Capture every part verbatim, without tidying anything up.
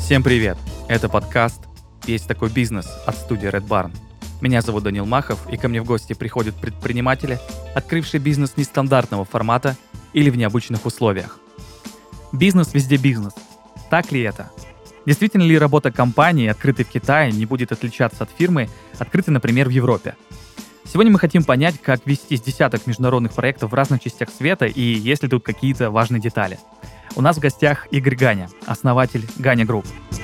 Всем привет! Это подкаст «Есть такой бизнес» от студии Red Barn. Меня зовут Данил Махов, и ко мне в гости приходят предприниматели, открывшие бизнес нестандартного формата или в необычных условиях. Бизнес везде бизнес. Так ли это? Действительно ли работа компании, открытой в Китае, не будет отличаться от фирмы, открытой, например, в Европе? Сегодня мы хотим понять, как вести с десяток международных проектов в разных частях света и есть ли тут какие-то важные детали. У нас в гостях Игорь Ганя, основатель Ганя Групп.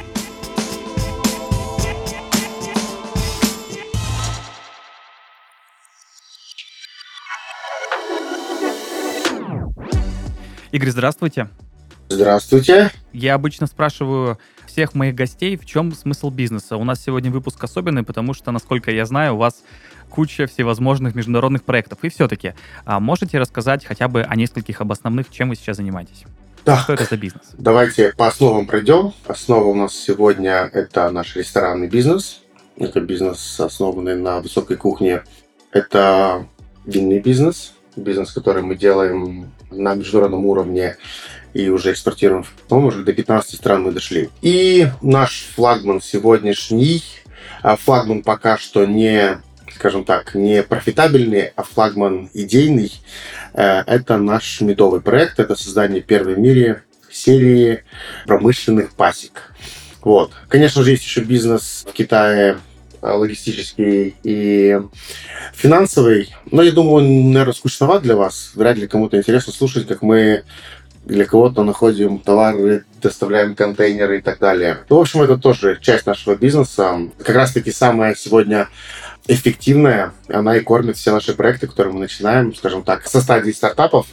Игорь, здравствуйте. Здравствуйте. Я обычно спрашиваю всех моих гостей, в чем смысл бизнеса. У нас сегодня выпуск особенный, потому что, насколько я знаю, у вас куча всевозможных международных проектов. И все-таки, а можете рассказать хотя бы о нескольких об основных, чем вы сейчас занимаетесь? Так, что это за бизнес? Давайте по основам пройдем. Основа у нас сегодня – это наш ресторанный бизнес. Это бизнес, основанный на высокой кухне. Это винный бизнес. Бизнес, который мы делаем на международном уровне и уже экспортируем, по-моему, уже до пятнадцати стран мы дошли. И наш флагман сегодняшний, флагман пока что не, скажем так, не профитабельный, а флагман идейный, это наш медовый проект, это создание первой в мире серии промышленных пасек. Вот. Конечно же, есть еще бизнес в Китае, логистический и финансовый. Но я думаю, он, наверное, скучноват для вас. Вряд ли кому-то интересно слушать, как мы для кого-то находим товары, доставляем контейнеры и так далее. Ну, в общем, это тоже часть нашего бизнеса. Как раз-таки самая сегодня эффективная. Она и кормит все наши проекты, которые мы начинаем, скажем так, со стадии стартапов.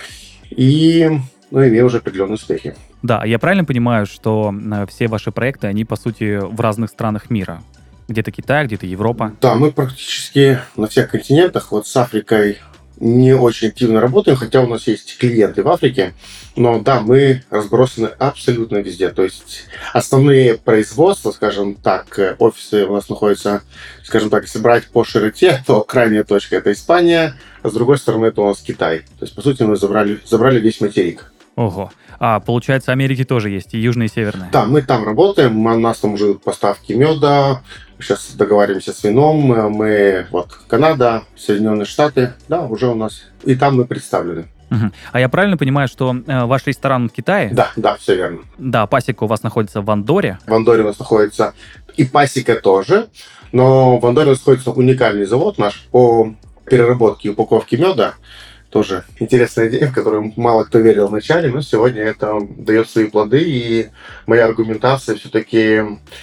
И ну, имея уже определенные успехи. Да, я правильно понимаю, что все ваши проекты, они, по сути, в разных странах мира? Где-то Китай, где-то Европа. Да, мы практически на всех континентах. Вот с Африкой не очень активно работаем, хотя у нас есть клиенты в Африке. Но да, мы разбросаны абсолютно везде. То есть основные производства, скажем так, офисы у нас находятся, скажем так, если брать по широте, то крайняя точка – это Испания, а с другой стороны это у нас Китай. То есть, по сути, мы забрали, забрали весь материк. Ого. А, получается, Америки тоже есть, и южные, и северные. Да, мы там работаем, у нас там уже поставки меда, сейчас договариваемся с вином, мы, вот, Канада, Соединенные Штаты, да, уже у нас, и там мы представлены. Угу. А я правильно понимаю, что э, ваш ресторан в Китае? Да, да, все верно. Да, пасека у вас находится в Андорре. В Андорре у нас находится и пасека тоже, но в Андорре у нас находится уникальный завод наш по переработке и упаковке меда. Тоже интересная идея, в которую мало кто верил вначале, но сегодня это дает свои плоды, и моя аргументация все-таки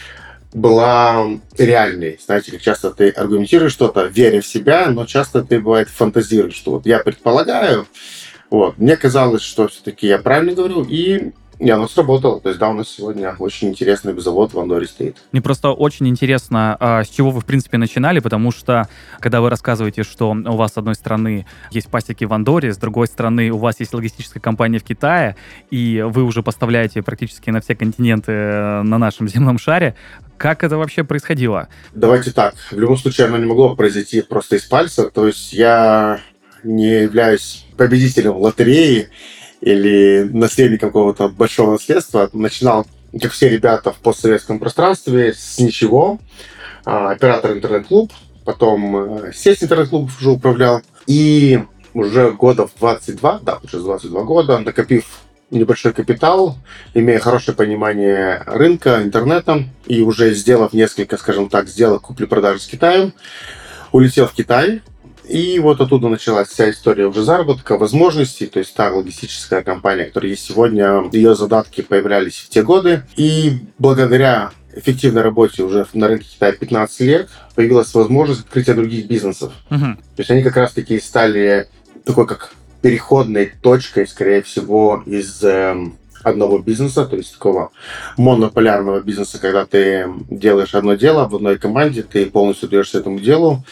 была реальной. Знаете, как часто ты аргументируешь что-то, веря в себя, но часто ты, бывает, фантазируешь, что вот я предполагаю. Вот. Мне казалось, что все-таки я правильно говорю, и и оно сработало. То есть, да, у нас сегодня очень интересный завод в Андорре стоит. Мне просто очень интересно, с чего вы, в принципе, начинали, потому что, когда вы рассказываете, что у вас, с одной стороны, есть пасеки в Андорре, с другой стороны, у вас есть логистическая компания в Китае, и вы уже поставляете практически на все континенты на нашем земном шаре, как это вообще происходило? Давайте так. В любом случае, оно не могло произойти просто из пальца. То есть, я не являюсь победителем лотереи, или наследником какого-то большого наследства. Начинал, как все ребята в постсоветском пространстве, с ничего. Оператор интернет-клуб, потом сеть интернет-клубов уже управлял. И уже года в двадцать два, да, уже двадцать два года, накопив небольшой капитал, имея хорошее понимание рынка, интернета, и уже сделав несколько, скажем так, сделок купли-продажи с Китаем, улетел в Китай. И вот оттуда началась вся история уже заработка, возможностей. То есть та логистическая компания, которая есть сегодня, ее задатки появлялись в те годы. И благодаря эффективной работе уже на рынке Китая пятнадцать лет появилась возможность открытия других бизнесов. Uh-huh. То есть они как раз-таки стали такой как переходной точкой, скорее всего, из э, одного бизнеса, то есть такого монополярного бизнеса, когда ты делаешь одно дело в одной команде, ты полностью даешься этому делу.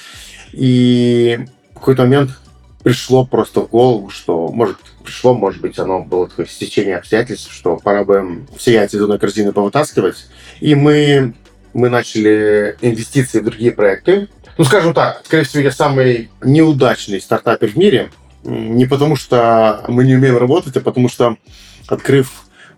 И в какой-то момент пришло просто в голову, что, может, пришло, может быть, оно было такое стечение обстоятельств, что пора бы все яйца из одной корзины повытаскивать. И мы, мы начали инвестиции в другие проекты. Ну, скажем так, скорее всего, я самый неудачный стартапер в мире. Не потому, что мы не умеем работать, а потому что, открыв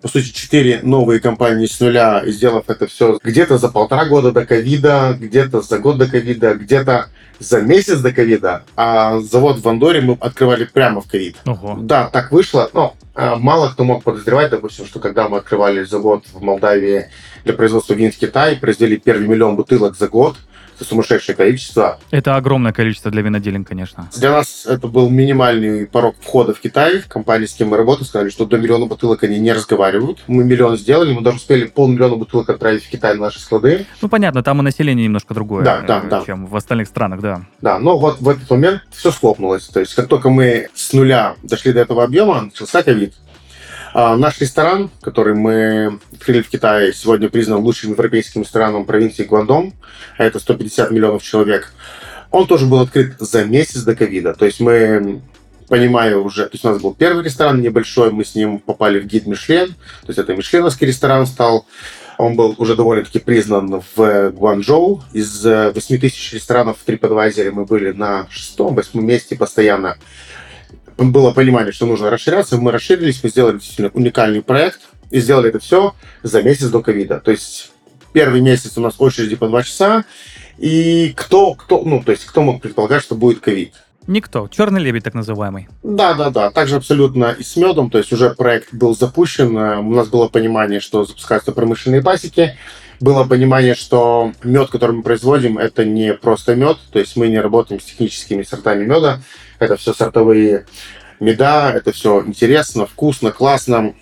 по сути, четыре новые компании с нуля, и сделав это все где-то за полтора года до ковида, где-то за год до ковида, где-то за месяц до ковида, а завод в Андоре мы открывали прямо в ковид. Ого. Да, так вышло, но а, мало кто мог подозревать, допустим, что когда мы открывали завод в Молдавии для производства вин в Китае, произвели первый миллион бутылок за год, это сумасшедшее количество. Это огромное количество для виноделин, конечно. Для нас это был минимальный порог входа в Китай. Компании, с кем мы работали, сказали, что до миллиона бутылок они не разговаривают. Мы миллион сделали, мы даже успели полмиллиона бутылок отправить в Китай на наши склады. Ну, понятно, там и население немножко другое, да, да, да. чем в остальных странах, да. Да, но вот в этот момент все схлопнулось. То есть, как только мы с нуля дошли до этого объема, начался ковид. А наш ресторан, который мы открыли в Китае, сегодня признан лучшим европейским рестораном провинции Гуандong, а это сто пятьдесят миллионов человек, он тоже был открыт за месяц до ковида. То есть мы, понимая уже, то есть у нас был первый ресторан небольшой, мы с ним попали в гид Мишлен, то есть это мишленовский ресторан стал, он был уже довольно-таки признан в Гуанчжоу. Из восьми тысяч ресторанов в TripAdvisor мы были на шестом-восьмом месте постоянно. Было понимание, что нужно расширяться, мы расширились, мы сделали действительно уникальный проект и сделали это все за месяц до ковида. То есть первый месяц у нас очереди по два часа, и кто, кто, ну, то есть кто мог предполагать, что будет ковид? Никто. Черный лебедь, так называемый. Да, да, да. Также абсолютно и с медом, то есть уже проект был запущен, у нас было понимание, что запускаются промышленные пасеки, было понимание, что мед, который мы производим, это не просто мед, то есть мы не работаем с техническими сортами меда, это все сортовые меда, это все интересно, вкусно, классно.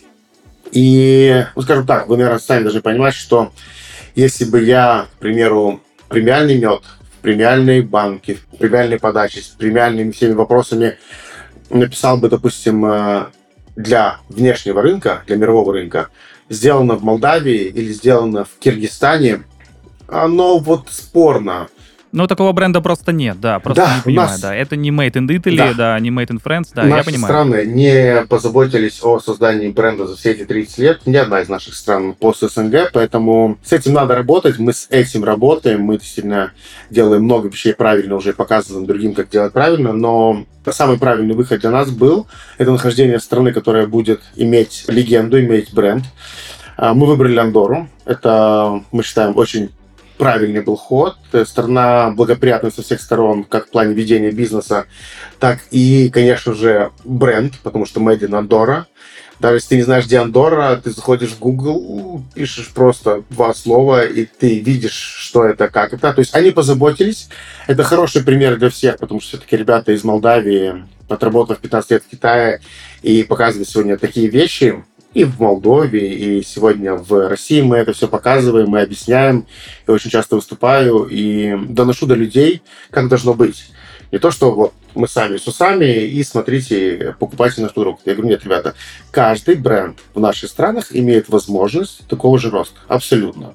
И, ну, скажем так, вы, наверное, сами должны понимать, что если бы я, к примеру, премиальный мед в премиальной банке, в премиальной подаче, с премиальными всеми вопросами написал бы, допустим, для внешнего рынка, для мирового рынка, сделано в Молдавии или сделано в Киргизстане, оно вот спорно. Ну, такого бренда просто нет, да, просто Да, не понимаю, нас... да. Это не Made in Italy, да, да не Made in France, да, Наши я понимаю. страны не позаботились о создании бренда за все эти тридцать лет, ни одна из наших стран пост СНГ, поэтому с этим надо работать, мы с этим работаем, мы действительно делаем много вещей правильно, уже показываем другим, как делать правильно, но самый правильный выход для нас был, это нахождение страны, которая будет иметь легенду, иметь бренд. Мы выбрали Андорру, это, мы считаем, очень правильный был ход. Страна благоприятная со всех сторон, как в плане ведения бизнеса, так и, конечно же, бренд, потому что Made in Andorra. Даже если ты не знаешь, где Андорра, ты заходишь в Google, пишешь просто два слова, и ты видишь, что это, как это. То есть они позаботились. Это хороший пример для всех, потому что все-таки ребята из Молдавии, отработав пятнадцать лет в Китае, и показывают сегодня такие вещи, и в Молдове, и сегодня в России мы это все показываем, мы объясняем. Я очень часто выступаю и доношу до людей, как должно быть. Не то, что вот мы сами с усами, и смотрите, покупайте наш продукт. Я говорю, нет, ребята, каждый бренд в наших странах имеет возможность такого же роста. Абсолютно.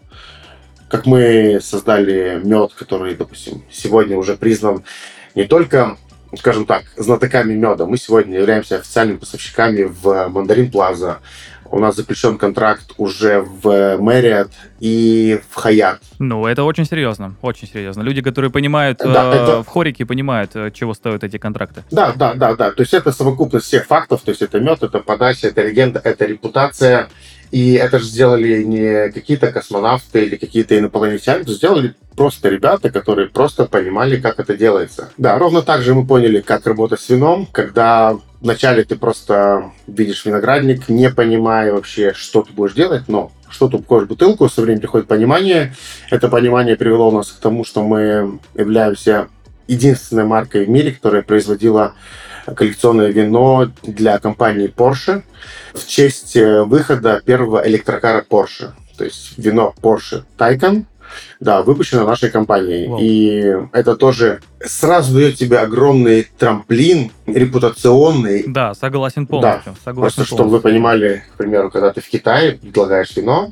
Как мы создали мед, который, допустим, сегодня уже признан не только, скажем так, знатоками меда. Мы сегодня являемся официальными поставщиками в Мандарин Плаза. У нас заключен контракт уже в Marriott и в Hyatt. Ну, это очень серьезно, очень серьезно. Люди, которые понимают, да, э, это... в хорике понимают, чего стоят эти контракты. Да, да, да, да. То есть это совокупность всех фактов. То есть это мед, это подача, это легенда, это репутация. И это же сделали не какие-то космонавты или какие-то инопланетяне, это сделали просто ребята, которые просто понимали, как это делается. Да, ровно так же мы поняли, как работать с вином, когда вначале ты просто видишь виноградник, не понимая вообще, что ты будешь делать, но что ты упаковываешь бутылку, со временем приходит понимание. Это понимание привело нас к тому, что мы являемся единственной маркой в мире, которая производила коллекционное вино для компании Porsche в честь выхода первого электрокара Porsche. То есть вино Porsche Taycan, да, выпущено нашей компанией. Wow. И это тоже сразу дает тебе огромный трамплин репутационный. Да, согласен полностью. Да, согласен просто полностью. чтобы вы понимали, к примеру, когда ты в Китае предлагаешь вино,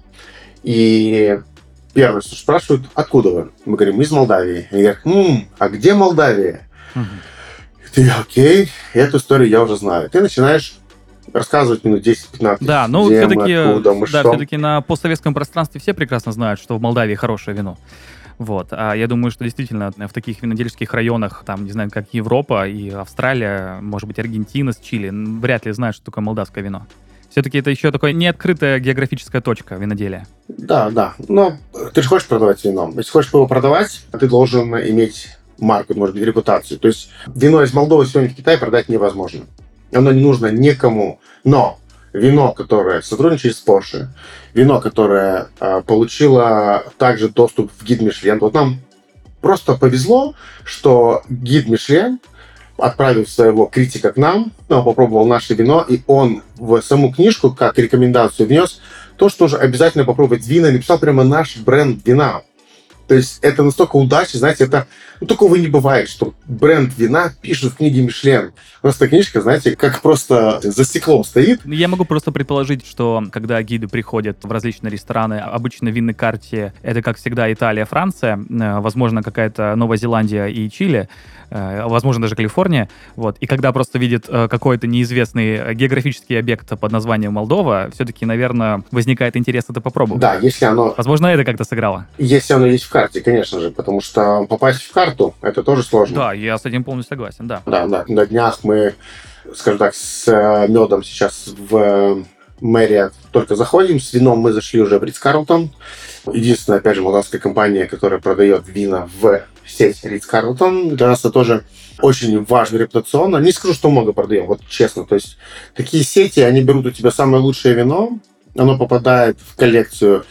и первое, что спрашивают, откуда вы? Мы говорим, мы из Молдавии. Они говорят, м-м, а где Молдавия? Угу. Ты, окей, эту историю я уже знаю. Ты начинаешь рассказывать минут десять-пятнадцать. Да, ну где все-таки, мы, откуда, мы, да, что. все-таки на постсоветском пространстве все прекрасно знают, что в Молдавии хорошее вино. Вот. А я думаю, что действительно в таких винодельческих районах, там, не знаю, как Европа и Австралия, может быть, Аргентина с Чили, вряд ли знают, что такое молдавское вино. Все-таки это еще такая неоткрытая географическая точка виноделия. Да, да. Но ты же хочешь продавать вино. Если хочешь его продавать, ты должен иметь марку, может быть, репутацию. То есть вино из Молдовы сегодня в Китае продать невозможно. Оно не нужно никому. Но вино, которое сотрудничает с Porsche, вино, которое э, получило также доступ в гид Мишлен. Вот нам просто повезло, что гид Мишлен, отправив своего критика к нам, он попробовал наше вино, и он в саму книжку, как рекомендацию, внес то, что нужно обязательно попробовать вина, и написал прямо наш бренд вина. То есть это настолько удача, знаете, это ну, такого не бывает, что бренд вина пишет в книге Мишлен. Просто книжка, знаете, как просто за стеклом стоит. Я могу просто предположить, что когда гиды приходят в различные рестораны, обычно в винной карте это, как всегда, Италия, Франция, возможно, какая-то Новая Зеландия и Чили, возможно, даже Калифорния. Вот. И когда просто видят какой-то неизвестный географический объект под названием Молдова, все-таки, наверное, возникает интерес это попробовать. Да, если оно... Возможно, это как-то сыграло. Если оно есть в карте, конечно же, потому что попасть в карту — это тоже сложно. Да, я с этим полностью согласен, да. Да, да. На днях мы, скажем так, с медом сейчас в мэрия только заходим, с вином мы зашли уже в Ридс Карлтон. Единственная, опять же, молдавская компания, которая продает вина в сеть Ридс Карлтон. Для нас это тоже очень важно репутационно. Не скажу, что много продаем, вот честно. То есть такие сети, они берут у тебя самое лучшее вино, оно попадает в коллекцию,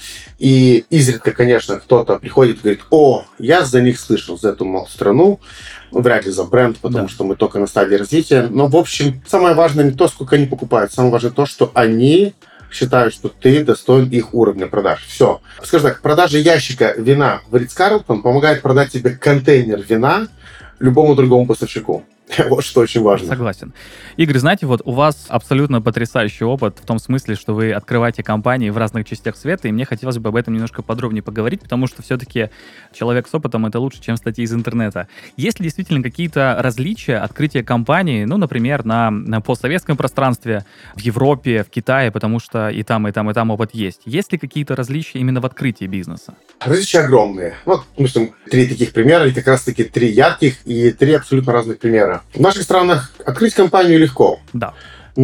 и изредка, конечно, кто-то приходит и говорит: о, я за них слышал, за эту мол, страну, вряд ли за бренд, потому да. что мы только на стадии развития. Но, в общем, самое важное не то, сколько они покупают, самое важное то, что они считают, что ты достоин их уровня продаж. Все. Скажем так, продажа ящика вина в Ридс Карлтон помогает продать тебе контейнер вина любому другому поставщику. Вот что очень важно. Согласен. Игорь, знаете, вот у вас абсолютно потрясающий опыт в том смысле, что вы открываете компании в разных частях света, и мне хотелось бы об этом немножко подробнее поговорить, потому что все-таки человек с опытом — это лучше, чем статьи из интернета. Есть ли действительно какие-то различия открытия компании, ну, например, на, на постсоветском пространстве, в Европе, в Китае, потому что и там, и там, и там опыт есть? Есть ли какие-то различия именно в открытии бизнеса? Различия огромные. Вот, допустим, три таких примера, и как раз-таки три ярких и три абсолютно разных примера. В наших странах открыть компанию легко. Да.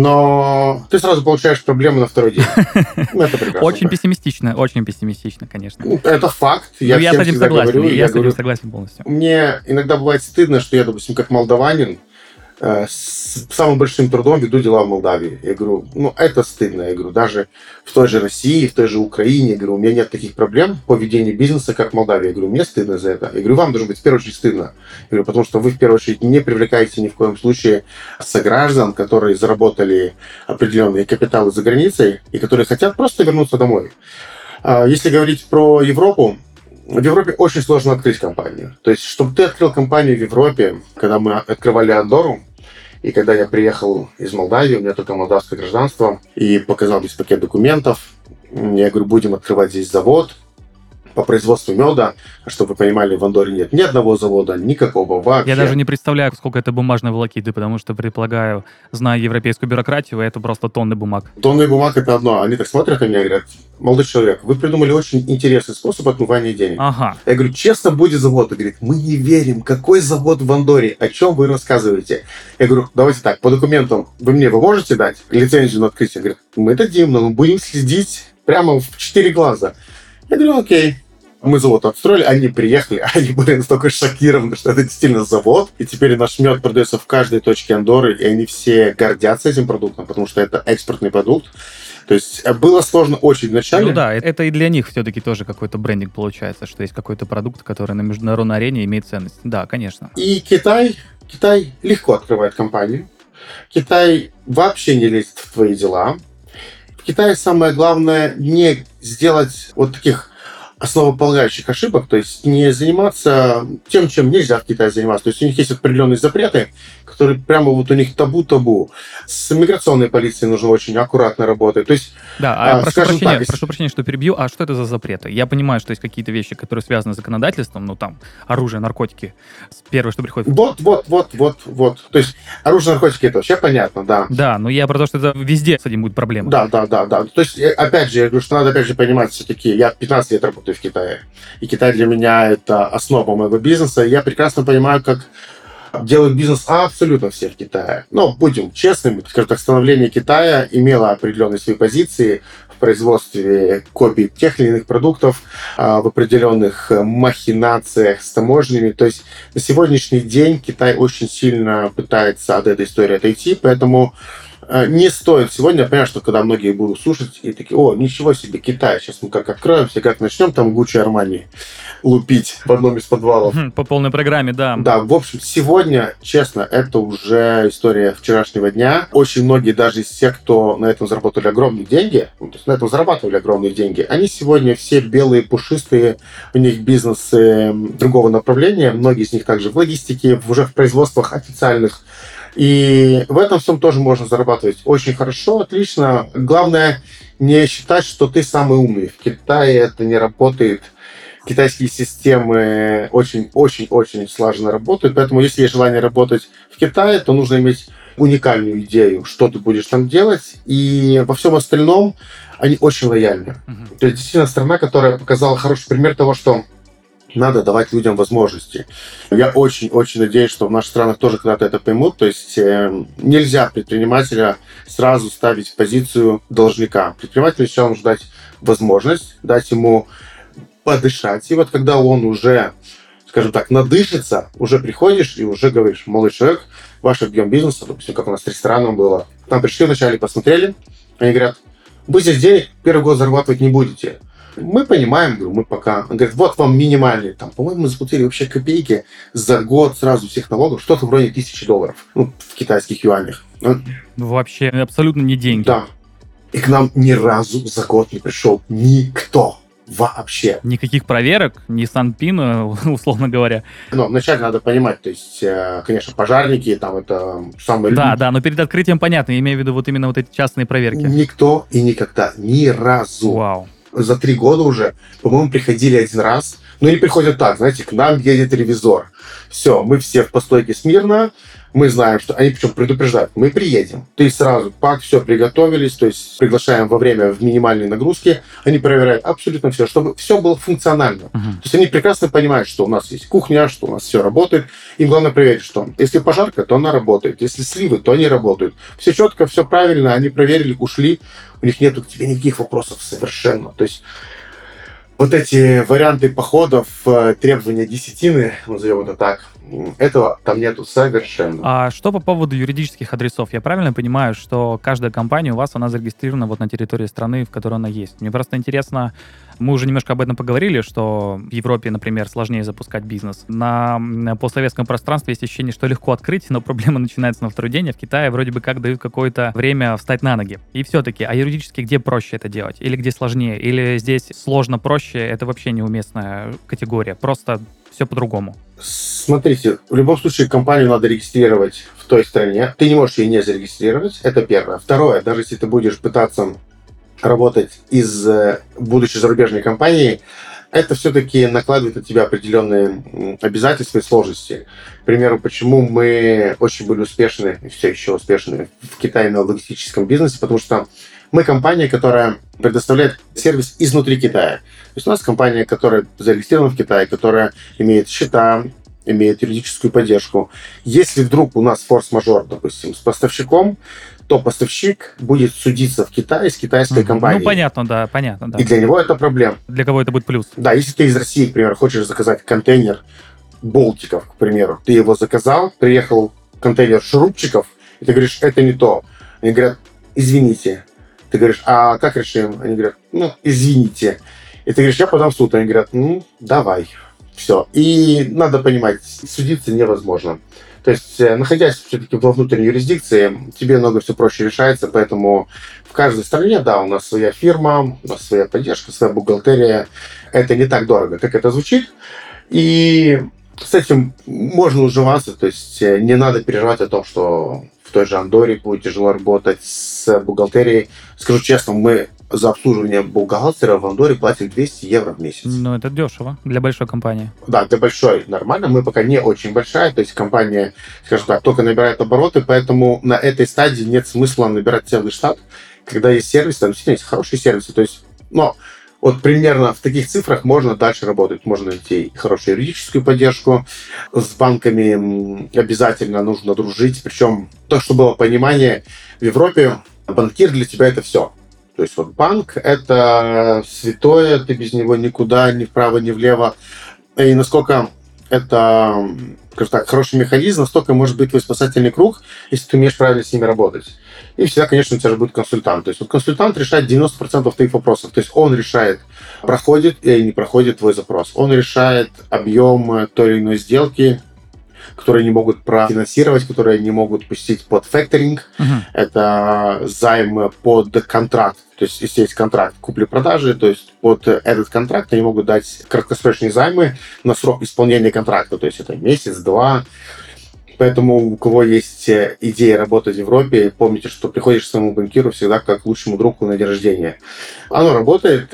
Но ты сразу получаешь проблемы на второй день. Это прекрасно. Очень пессимистично, очень пессимистично, конечно. Это факт. Я с этим согласен. Я с этим согласен полностью. Мне иногда бывает стыдно, что я, допустим, как молдаванин, с самым большим трудом веду дела в Молдавии. Я говорю, ну, это стыдно. Я говорю, даже в той же России, в той же Украине, я говорю, у меня нет таких проблем по ведению бизнеса, как в Молдавии. Я говорю, мне стыдно за это. Я говорю, вам должно быть в первую очередь стыдно. Я говорю, потому что вы в первую очередь не привлекаете ни в коем случае сограждан, которые заработали определенные капиталы за границей и которые хотят просто вернуться домой. Если говорить про Европу, в Европе очень сложно открыть компанию. То есть, чтобы ты открыл компанию в Европе, когда мы открывали Андорру, и когда я приехал из Молдавии, у меня только молдавское гражданство, и показал весь пакет документов, я говорю, будем открывать здесь завод по производству меда. Чтобы вы понимали, в Андорре нет ни одного завода, никакого вообще. Я даже не представляю, сколько это бумажной волокиты, потому что, предполагаю, зная европейскую бюрократию, это просто тонны бумаг. Тонны бумаг — это одно. Они так смотрят на меня и говорят: молодой человек, вы придумали очень интересный способ отмывания денег. Ага. Я говорю, честно, будет завод. Он говорит, мы не верим. Какой завод в Андорре? О чем вы рассказываете? Я говорю, давайте так, по документам вы мне вы можете дать лицензию на открытие? Говорит, мы дадим, но мы будем следить прямо в четыре глаза. Я говорю, окей. Мы завод отстроили, они приехали, они были настолько шокированы, что это действительно завод, и теперь наш мед продается в каждой точке Андорры, и они все гордятся этим продуктом, потому что это экспортный продукт. То есть было сложно очень вначале. Ну да, это и для них все-таки тоже какой-то брендинг получается, что есть какой-то продукт, который на международной арене имеет ценность. Да, конечно. И Китай, Китай легко открывает компанию. Китай вообще не лезет в твои дела. В Китае самое главное не сделать вот таких основополагающих ошибок, то есть не заниматься тем, чем нельзя в Китае заниматься. То есть у них есть определенные запреты, которые прямо вот у них табу-табу. С миграционной полицией нужно очень аккуратно работать. То есть, да, а, а, прошу, прощения, так, прошу прощения, что перебью. А что это за запреты? Я понимаю, что есть какие-то вещи, которые связаны с законодательством, ну там оружие, наркотики. Первое, что приходит. Вот, вот, вот, вот, вот. То есть оружие, наркотики — это вообще понятно, да. Да, но я про то, что это везде с этим будет проблема. Да, да, да, да. То есть, опять же, я говорю, что надо опять же понимать все-таки, я пятнадцать лет работаю в Китае, и Китай для меня — это основа моего бизнеса, и я прекрасно понимаю, как Делают бизнес абсолютно все в Китае. Но будем честными, скажем так, становление Китая имело определенные свои позиции в производстве копий тех или иных продуктов, в определенных махинациях с таможнями. То есть на сегодняшний день Китай очень сильно пытается от этой истории отойти, поэтому не стоит сегодня, я понимаю, что когда многие будут слушать и такие: о, ничего себе, Китай, сейчас мы как откроемся, как начнем там Гуччи Армани лупить в одном из подвалов. По полной программе, да. Да, в общем, сегодня, честно, это уже история вчерашнего дня. Очень многие, даже из тех, кто на этом заработали огромные деньги, ну, то есть на этом зарабатывали огромные деньги, они сегодня все белые, пушистые, у них бизнесы другого направления, многие из них также в логистике, уже в производствах официальных. И в этом всем тоже можно зарабатывать очень хорошо, отлично. Главное, не считать, что ты самый умный. В Китае это не работает. Китайские системы очень-очень-очень слаженно работают, поэтому если есть желание работать в Китае, то нужно иметь уникальную идею, что ты будешь там делать, и во всем остальном они очень лояльны. Uh-huh. То есть действительно страна, которая показала хороший пример того, что надо давать людям возможности. Я очень-очень надеюсь, что в наших странах тоже когда-то это поймут. То есть э, нельзя предпринимателя сразу ставить в позицию должника. Предпринимателю сначала нужно дать возможность, дать ему подышать. И вот когда он уже, скажем так, надышится, уже приходишь и уже говоришь: молодой человек, ваш объем бизнеса, допустим, как у нас с рестораном было, там пришли вначале, посмотрели, они говорят: вы здесь денег первый год зарабатывать не будете. Мы понимаем, говорю, мы пока. Он говорит: вот вам минимальный, там, по-моему, мы заплатили вообще копейки за год сразу всех налогов, что-то вроде тысячи долларов, ну, в китайских юанях. Вообще абсолютно не деньги. Да. И к нам ни разу за год не пришел никто. Вообще. Никаких проверок, ни санпина, условно говоря. Но вначале надо понимать, то есть, конечно, пожарники, там это самые... Да, да, но перед открытием понятно, я имею в виду вот именно вот эти частные проверки. Никто и никогда, ни разу. Вау. За три года уже, по-моему, приходили один раз. Но они приходят так, знаете, к нам едет ревизор. Все, мы все в постойке смирно, мы знаем, что... Они причем предупреждают: мы приедем. Ты сразу, пак, все, приготовились, то есть приглашаем во время в минимальной нагрузке. Они проверяют абсолютно все, чтобы все было функционально. Uh-huh. То есть они прекрасно понимают, что у нас есть кухня, что у нас все работает. Им главное проверить, что если пожарка, то она работает. Если сливы, то они работают. Все четко, все правильно, они проверили, ушли. У них нету к тебе никаких вопросов совершенно. То есть вот эти варианты походов, требования десятины, назовем это так, этого там нету совершенно. А что по поводу юридических адресов? Я правильно понимаю, что каждая компания у вас, она зарегистрирована вот на территории страны, в которой она есть? Мне просто интересно, мы уже немножко об этом поговорили, что в Европе, например, сложнее запускать бизнес. На постсоветском пространстве есть ощущение, что легко открыть, но проблема начинается на второй день, а в Китае вроде бы как дают какое-то время встать на ноги. И все-таки, а юридически где проще это делать? Или где сложнее? Или здесь сложно проще? Это вообще неуместная категория. Просто все по-другому. Смотрите, в любом случае компанию надо регистрировать в той стране. Ты не можешь ее не зарегистрировать, это первое. Второе, даже если ты будешь пытаться работать из, будучи зарубежной компанией, это все-таки накладывает на тебя определенные обязательства и сложности. К примеру, почему мы очень были успешны, и все еще успешны в Китае на логистическом бизнесе, потому что мы компания, которая предоставляет сервис изнутри Китая. То есть у нас компания, которая зарегистрирована в Китае, которая имеет счета, имеет юридическую поддержку. Если вдруг у нас форс-мажор, допустим, с поставщиком, то поставщик будет судиться в Китае с китайской компанией. Ну, понятно, да, понятно, да. И для него это проблема. Для кого это будет плюс? Да, если ты из России, к примеру, хочешь заказать контейнер болтиков, к примеру, ты его заказал, приехал контейнер шурупчиков, и ты говоришь: это не то. Они говорят: извините. Ты говоришь: а как решим? Они говорят: ну, извините. И ты говоришь: я подам в суд. Они говорят: ну, давай. Все. И надо понимать, судиться невозможно. То есть, находясь все-таки во внутренней юрисдикции, тебе много все проще решается, поэтому в каждой стране, да, у нас своя фирма, у нас своя поддержка, своя бухгалтерия. Это не так дорого, как это звучит. И с этим можно уживаться, то есть не надо переживать о том, что в той же Андорре будет тяжело работать с бухгалтерией. Скажу честно, мы за обслуживание бухгалтера в Андорре платим двести евро в месяц. Ну, это дешево для большой компании. Да, для большой нормально. Мы пока не очень большая, то есть компания, скажем так, только набирает обороты, поэтому на этой стадии нет смысла набирать целый штат, когда есть сервис, там действительно есть хорошие сервисы. То есть, но Вот примерно в таких цифрах можно дальше работать. Можно найти хорошую юридическую поддержку. С банками обязательно нужно дружить. Причем то, что было понимание в Европе, банкир для тебя это все. То есть вот банк — это святое, ты без него никуда, ни вправо, ни влево. И насколько это, скажем так, хороший механизм, настолько может быть твой спасательный круг, если ты умеешь правильно с ними работать. И всегда, конечно, у тебя же будет консультант. То есть вот консультант решает девяносто процентов твоих вопросов. То есть он решает, проходит или не проходит твой запрос. Он решает объем той или иной сделки, которые не могут профинансировать, которые не могут пустить под факторинг. Uh-huh. Это займ под контракт. То есть, если есть контракт купли-продажи, то есть под этот контракт они могут дать краткосрочные займы на срок исполнения контракта. То есть это месяц, два. Поэтому у кого есть идея работать в Европе, помните, что приходишь к своему банкиру всегда как к лучшему другу на день рождения. Оно работает.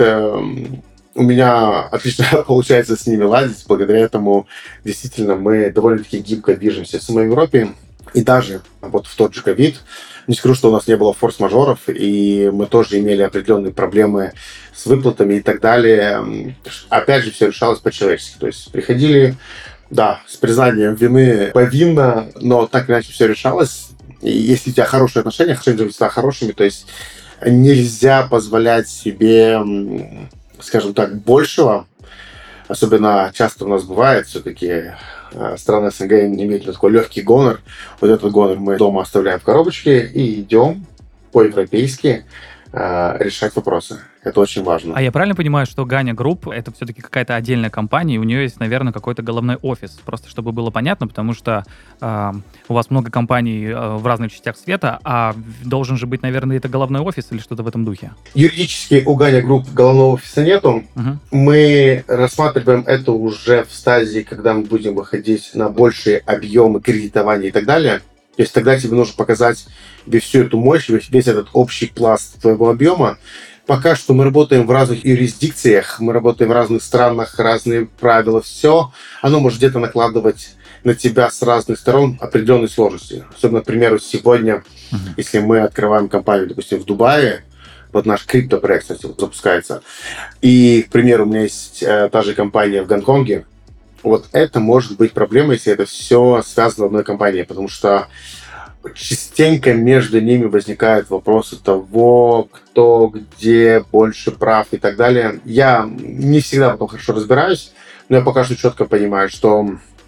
У меня отлично получается с ними ладить. Благодаря этому действительно мы довольно-таки гибко движемся в самой Европе. И даже вот в тот же ковид, не скажу, что у нас не было форс-мажоров, и мы тоже имели определенные проблемы с выплатами и так далее. Опять же, все решалось по-человечески. То есть приходили, да, с признанием вины повинно, но так или иначе все решалось. И если у тебя хорошие отношения, отношения всегда хорошими, то есть нельзя позволять себе, скажем так, большего. Особенно часто у нас бывает, все-таки страны СНГ имеют такой легкий гонор. Вот этот гонор мы дома оставляем в коробочке и идем по-европейски э, решать вопросы. Это очень важно. А я правильно понимаю, что Ганя Групп — это все-таки какая-то отдельная компания, и у нее есть, наверное, какой-то головной офис? Просто чтобы было понятно, потому что э, у вас много компаний э, в разных частях света, а должен же быть, наверное, это головной офис или что-то в этом духе? Юридически у Ганя Групп головного офиса нету. Угу. Мы рассматриваем это уже в стадии, когда мы будем выходить на большие объемы кредитования и так далее. То есть тогда тебе нужно показать всю эту мощь, весь этот общий пласт твоего объема. Пока что мы работаем в разных юрисдикциях, мы работаем в разных странах, разные правила, все. Оно может где-то накладывать на тебя с разных сторон определенные сложности. Особенно, к примеру, сегодня, uh-huh. если мы открываем компанию, допустим, в Дубае, вот наш криптопроект, кстати, запускается, и, к примеру, у меня есть э, та же компания в Гонконге, вот это может быть проблемой, если это все связано в одной компании, потому что частенько между ними возникают вопросы того, кто, где больше прав и так далее. Я не всегда в этом хорошо разбираюсь, но я пока что четко понимаю, что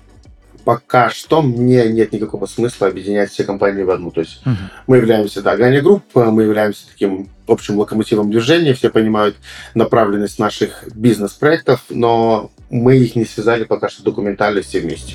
пока что мне нет никакого смысла объединять все компании в одну. То есть uh-huh. мы являемся, да, Ганя Групп, мы являемся таким общим локомотивом движения, все понимают направленность наших бизнес-проектов, но мы их не связали пока что документально все вместе.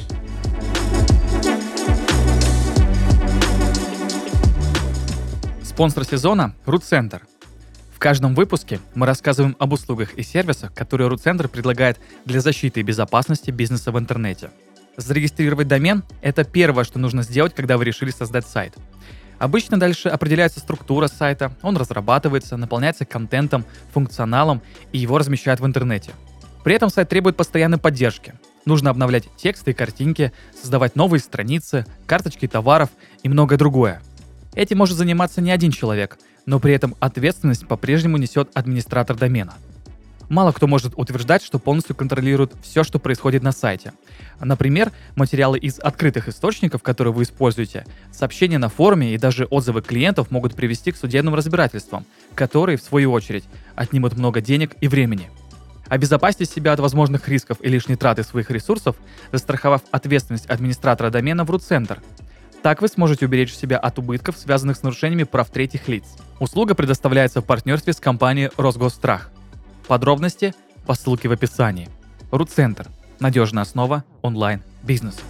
Спонсор сезона – RootCenter. В каждом выпуске мы рассказываем об услугах и сервисах, которые RootCenter предлагает для защиты и безопасности бизнеса в интернете. Зарегистрировать домен – это первое, что нужно сделать, когда вы решили создать сайт. Обычно дальше определяется структура сайта, он разрабатывается, наполняется контентом, функционалом и его размещают в интернете. При этом сайт требует постоянной поддержки. Нужно обновлять тексты и картинки, создавать новые страницы, карточки товаров и многое другое. Этим может заниматься не один человек, но при этом ответственность по-прежнему несет администратор домена. Мало кто может утверждать, что полностью контролирует все, что происходит на сайте. Например, материалы из открытых источников, которые вы используете, сообщения на форуме и даже отзывы клиентов могут привести к судебным разбирательствам, которые, в свою очередь, отнимут много денег и времени. Обезопасьте себя от возможных рисков и лишней траты своих ресурсов, застраховав ответственность администратора домена в RootCenter. Так вы сможете уберечь себя от убытков, связанных с нарушениями прав третьих лиц. Услуга предоставляется в партнерстве с компанией Росгосстрах. Подробности по ссылке в описании. RootCenter – надежная основа онлайн-бизнеса.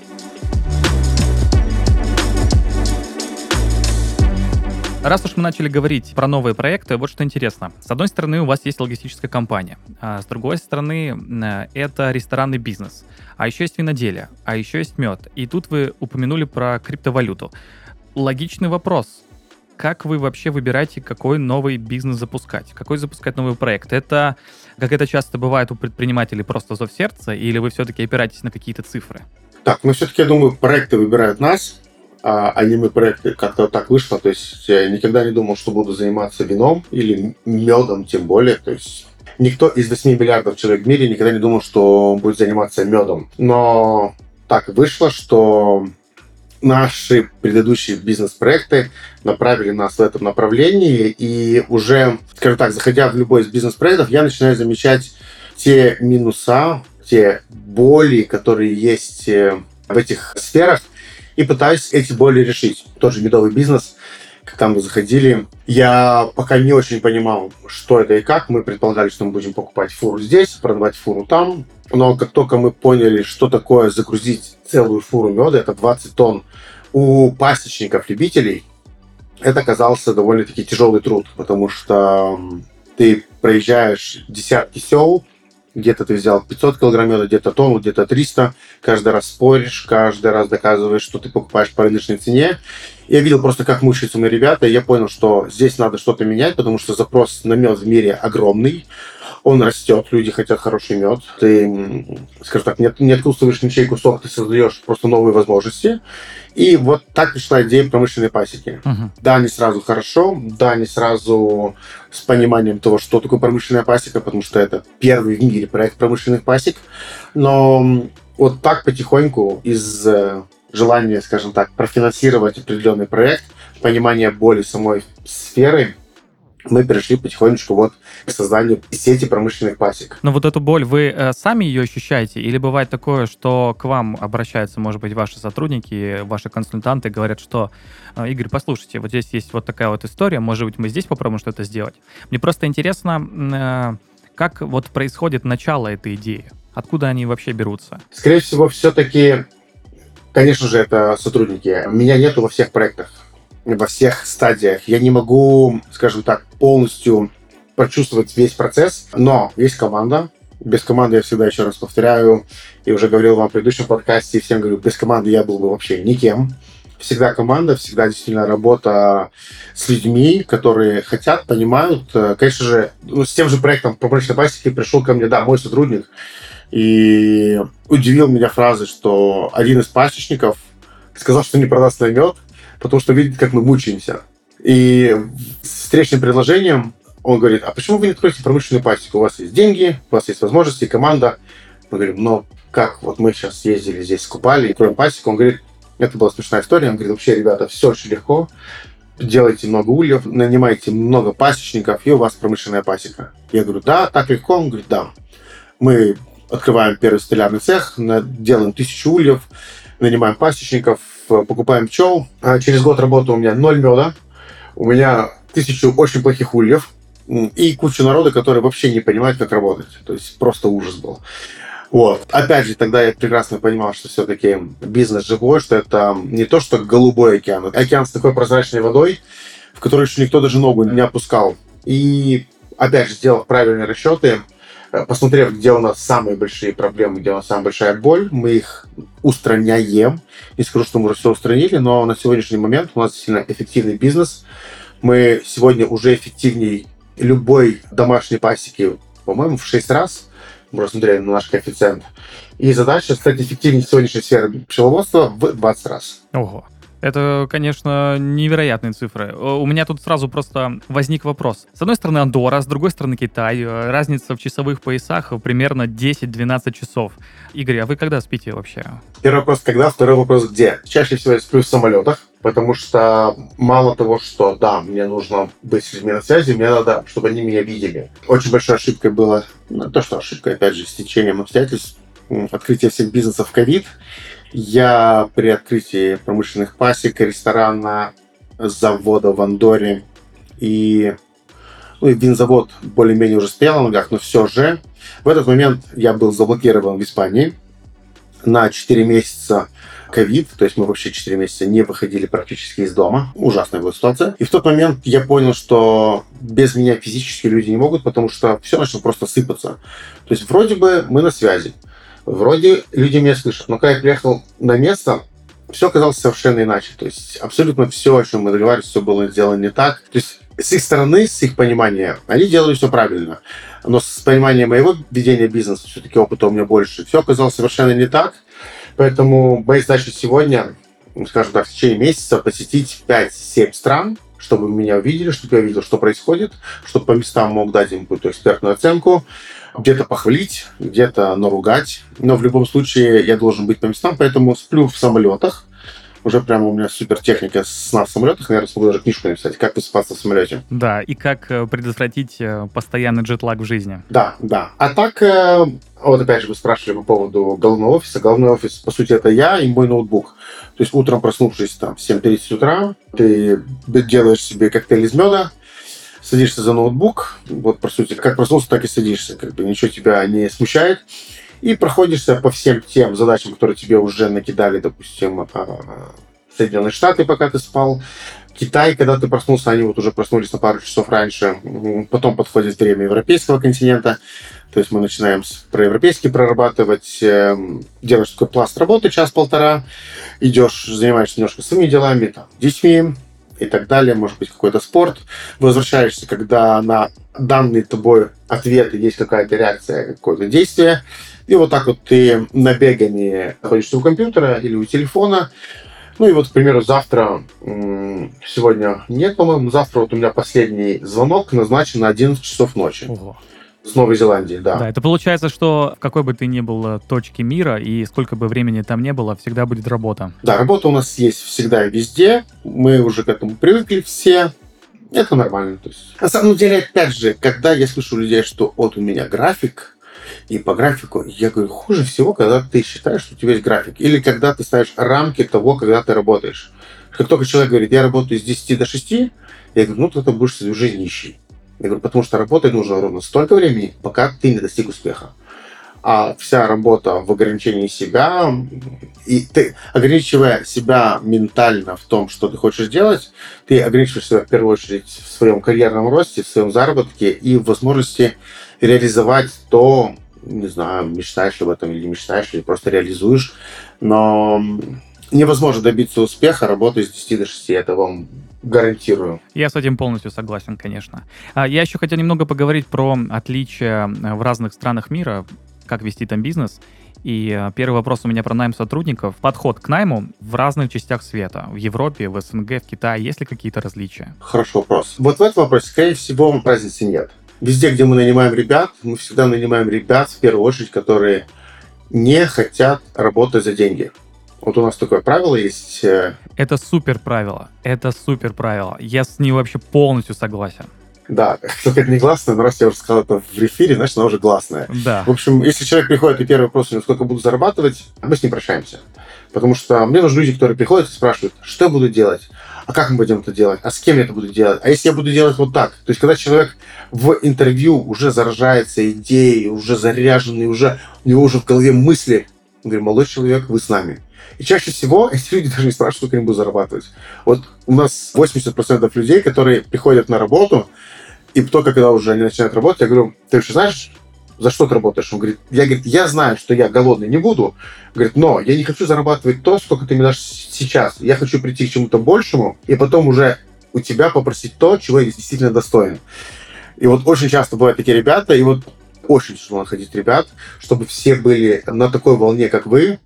Раз уж мы начали говорить про новые проекты, вот что интересно. С одной стороны, у вас есть логистическая компания, а с другой стороны, это ресторанный бизнес, а еще есть виноделие, а еще есть мед. И тут вы упомянули про криптовалюту. Логичный вопрос. Как вы вообще выбираете, какой новый бизнес запускать? Какой запускать новый проект? Это, как это часто бывает у предпринимателей, просто зов сердца, или вы все-таки опираетесь на какие-то цифры? Так, ну все-таки, я думаю, проекты выбирают нас, а не мы проекты. Как-то так вышло. То есть я никогда не думал, что буду заниматься вином или медом, тем более. То есть Никто из восьми миллиардов человек в мире никогда не думал, что он будет заниматься медом. Но так вышло, что наши предыдущие бизнес-проекты направили нас в этом направлении, и уже, скажем так, заходя в любой из бизнес-проектов, я начинаю замечать те минуса, те боли, которые есть в этих сферах, и пытаюсь эти боли решить. Тот же медовый бизнес, когда мы заходили, я пока не очень понимал, что это и как. Мы предполагали, что мы будем покупать фуру здесь, продавать фуру там. Но как только мы поняли, что такое загрузить целую фуру меда, это двадцать тонн, у пасечников-любителей, это оказался довольно-таки тяжелый труд, потому что ты проезжаешь десятки сел, где-то ты взял пятьсот килограмм меда, где-то тонну, где-то триста. Каждый раз споришь, каждый раз доказываешь, что ты покупаешь по рыночной цене. Я видел просто, как мучаются мои ребята, и я понял, что здесь надо что-то менять, потому что запрос на мед в мире огромный. Он растет, люди хотят хороший мед. Ты, скажем так, не, не откусываешь ничей кусок, ты создаешь просто новые возможности. И вот так пришла идея промышленной пасеки. Uh-huh. Да, не сразу хорошо, да, не сразу с пониманием того, что такое промышленная пасека, потому что это первый в мире проект промышленных пасек. Но вот так потихоньку из желания, скажем так, профинансировать определенный проект, понимания боли самой сферы, мы перешли потихонечку вот к созданию сети промышленных пасек. Но вот эту боль, вы э, сами ее ощущаете? Или бывает такое, что к вам обращаются, может быть, ваши сотрудники, ваши консультанты, говорят, что э, Игорь, послушайте, вот здесь есть вот такая вот история, может быть, мы здесь попробуем что-то сделать. Мне просто интересно, э, как вот происходит начало этой идеи? Откуда они вообще берутся? Скорее всего, все-таки, конечно же, это сотрудники. Меня нету во всех проектах, во всех стадиях. Я не могу, скажем так, полностью прочувствовать весь процесс, но есть команда. Без команды, я всегда еще раз повторяю, и уже говорил вам в предыдущем подкасте, и всем говорю, без команды я был бы вообще никем. Всегда команда, всегда действительно работа с людьми, которые хотят, понимают. Конечно же, ну, с тем же проектом промышленной пасеки пришел ко мне, да, мой сотрудник, и удивил меня фразой, что один из пасечников сказал, что не продаст свой мед, потому что видит, как мы мучаемся. И с встречным предложением он говорит, а почему вы не откроете промышленную пасеку? У вас есть деньги, у вас есть возможности, команда. Мы говорим, ну как, вот мы сейчас ездили здесь, скупали, откроем пасеку. Он говорит, это была смешная история. Он говорит, вообще, ребята, все очень легко. Делайте много ульев, нанимайте много пасечников, и у вас промышленная пасека. Я говорю, да, так легко? Он говорит, да. Мы открываем первый столярный цех, делаем тысячу ульев, нанимаем пасечников, покупаем пчел. А через год работы у меня ноль меда, у меня тысячу очень плохих ульев и куча народа, который вообще не понимает, как работать. То есть просто ужас был. Вот. Опять же, тогда я прекрасно понимал, что все-таки бизнес живой, что это не то, что голубой океан. Океан с такой прозрачной водой, в который еще никто даже ногу не опускал. И опять же, сделав правильные расчеты, посмотрев, где у нас самые большие проблемы, где у нас самая большая боль, мы их устраняем. Не скажу, что мы уже все устранили, но на сегодняшний момент у нас действительно эффективный бизнес. Мы сегодня уже эффективнее любой домашней пасеки, по-моему, в шесть раз. Мы рассмотрели на наш коэффициент. И задача стать эффективнее сегодняшней сферы пчеловодства в двадцать раз. Ого. Это, конечно, невероятные цифры. У меня тут сразу просто возник вопрос. С одной стороны Андорра, с другой стороны Китай. Разница в часовых поясах примерно десять-двенадцать часов. Игорь, а вы когда спите вообще? Первый вопрос когда, второй вопрос где. Чаще всего я сплю в самолетах, потому что мало того, что да, мне нужно быть с людьми на связи, мне надо, чтобы они меня видели. Очень большой ошибкой было, ну то, что ошибка, опять же, с течением обстоятельств, открытие всех бизнесов в ковид. Я при открытии промышленных пасек, ресторана, завода в Андорре и, ну, и винзавод более-менее уже стоял на ногах, но все же в этот момент я был заблокирован в Испании на четыре месяца ковид, то есть мы вообще четыре месяца не выходили практически из дома. Ужасная была ситуация. И в тот момент я понял, что без меня физически люди не могут, потому что все начало просто сыпаться. То есть вроде бы мы на связи. Вроде люди меня слышат, но когда я приехал на место, все оказалось совершенно иначе. То есть абсолютно все, о чем мы договаривались, все было сделано не так. То есть с их стороны, с их понимания, они делали все правильно. Но с понимания моего ведения бизнеса, все-таки опыта у меня больше, все оказалось совершенно не так. Поэтому моя задача сегодня, скажем так, в течение месяца посетить пять-семь стран, чтобы меня увидели, чтобы я видел, что происходит, чтобы по местам мог дать им какую-то экспертную оценку, где-то похвалить, где-то наругать. Но в любом случае я должен быть по местам, поэтому сплю в самолетах. Уже прямо у меня супер техника сна в самолетах. Наверное, смогу даже книжку написать, как высыпаться в самолете. Да, и как э, предотвратить э, постоянный джетлаг в жизни. Да, да. А так, э, вот опять же, вы спрашивали по поводу головного офиса. Головной офис, по сути, это я и мой ноутбук. То есть утром проснувшись там в семь тридцать утра, ты делаешь себе коктейль из меда, садишься за ноутбук. Вот, по сути, как проснулся, так и садишься. Как бы ничего тебя не смущает. И проходишься по всем тем задачам, которые тебе уже накидали, допустим, Соединенные Штаты, пока ты спал, Китай, когда ты проснулся, они вот уже проснулись на пару часов раньше. Потом подходит время европейского континента. То есть мы начинаем про европейский прорабатывать, делаешь такой пласт работы, час-полтора, идешь, занимаешься немножко своими делами, там, детьми и так далее, может быть, какой-то спорт. Возвращаешься, когда на данные тобой ответы есть какая-то реакция, какое-то действие. И вот так вот ты на бегании находишься у компьютера или у телефона. Ну и вот, к примеру, завтра, сегодня нет, по-моему, завтра вот у меня последний звонок назначен на одиннадцать часов ночи. Ого. С Новой Зеландии, да. Да, это получается, что в какой бы ты ни был точке мира и сколько бы времени там не было, всегда будет работа. Да, работа у нас есть всегда и везде. Мы уже к этому привыкли все. Это нормально. То есть. На самом деле, опять же, когда я слышу людей, что вот у меня график, и по графику, я говорю, хуже всего, когда ты считаешь, что у тебя есть график. Или когда ты ставишь рамки того, когда ты работаешь. Как только человек говорит, я работаю с десяти до шести, я говорю, ну, ты будешь свою жизнь нищий. Я говорю, потому что работать нужно ровно столько времени, пока ты не достиг успеха. А вся работа в ограничении себя, и ты, ограничивая себя ментально в том, что ты хочешь делать, ты ограничиваешь себя в первую очередь в своем карьерном росте, в своем заработке и в возможности реализовать то, не знаю, мечтаешь ли об этом или не мечтаешь, или просто реализуешь. Но невозможно добиться успеха, работая с десяти до шести, это вам гарантирую. Я с этим полностью согласен, конечно. Я еще хотел немного поговорить про отличия в разных странах мира, как вести там бизнес. И первый вопрос у меня про найм сотрудников. Подход к найму в разных частях света. В Европе, в СНГ, в Китае. Есть ли какие-то различия? Хороший вопрос. Вот в этом вопросе, скорее всего, разницы нет. Везде, где мы нанимаем ребят, мы всегда нанимаем ребят, в первую очередь, которые не хотят работать за деньги. Вот у нас такое правило есть. Это супер правило. Это супер правило. Я с ним вообще полностью согласен. Да, только это не гласное, но раз я уже сказал это в эфире, значит, она уже гласная. Да. В общем, если человек приходит и первый вопрос, сколько буду зарабатывать, мы с ним прощаемся. Потому что мне нужны люди, которые приходят и спрашивают, что я буду делать, а как мы будем это делать, а с кем я это буду делать, а если я буду делать вот так. То есть, когда человек в интервью уже заражается идеей, уже заряженный, уже у него уже в голове мысли, он говорит, молодой человек, вы с нами. И чаще всего эти люди даже не спрашивают, сколько они будут зарабатывать. Вот у нас восемьдесят процентов людей, которые приходят на работу, и только когда уже они начинают работать, я говорю, ты вообще знаешь, за что ты работаешь? Он говорит, я, говорит, я знаю, что я голодный не буду, говорит, но я не хочу зарабатывать то, сколько ты мне дашь сейчас. Я хочу прийти к чему-то большему, и потом уже у тебя попросить то, чего я действительно достоин. И вот очень часто бывают такие ребята, и вот очень тяжело находить ребят, чтобы все были на такой волне, как вы.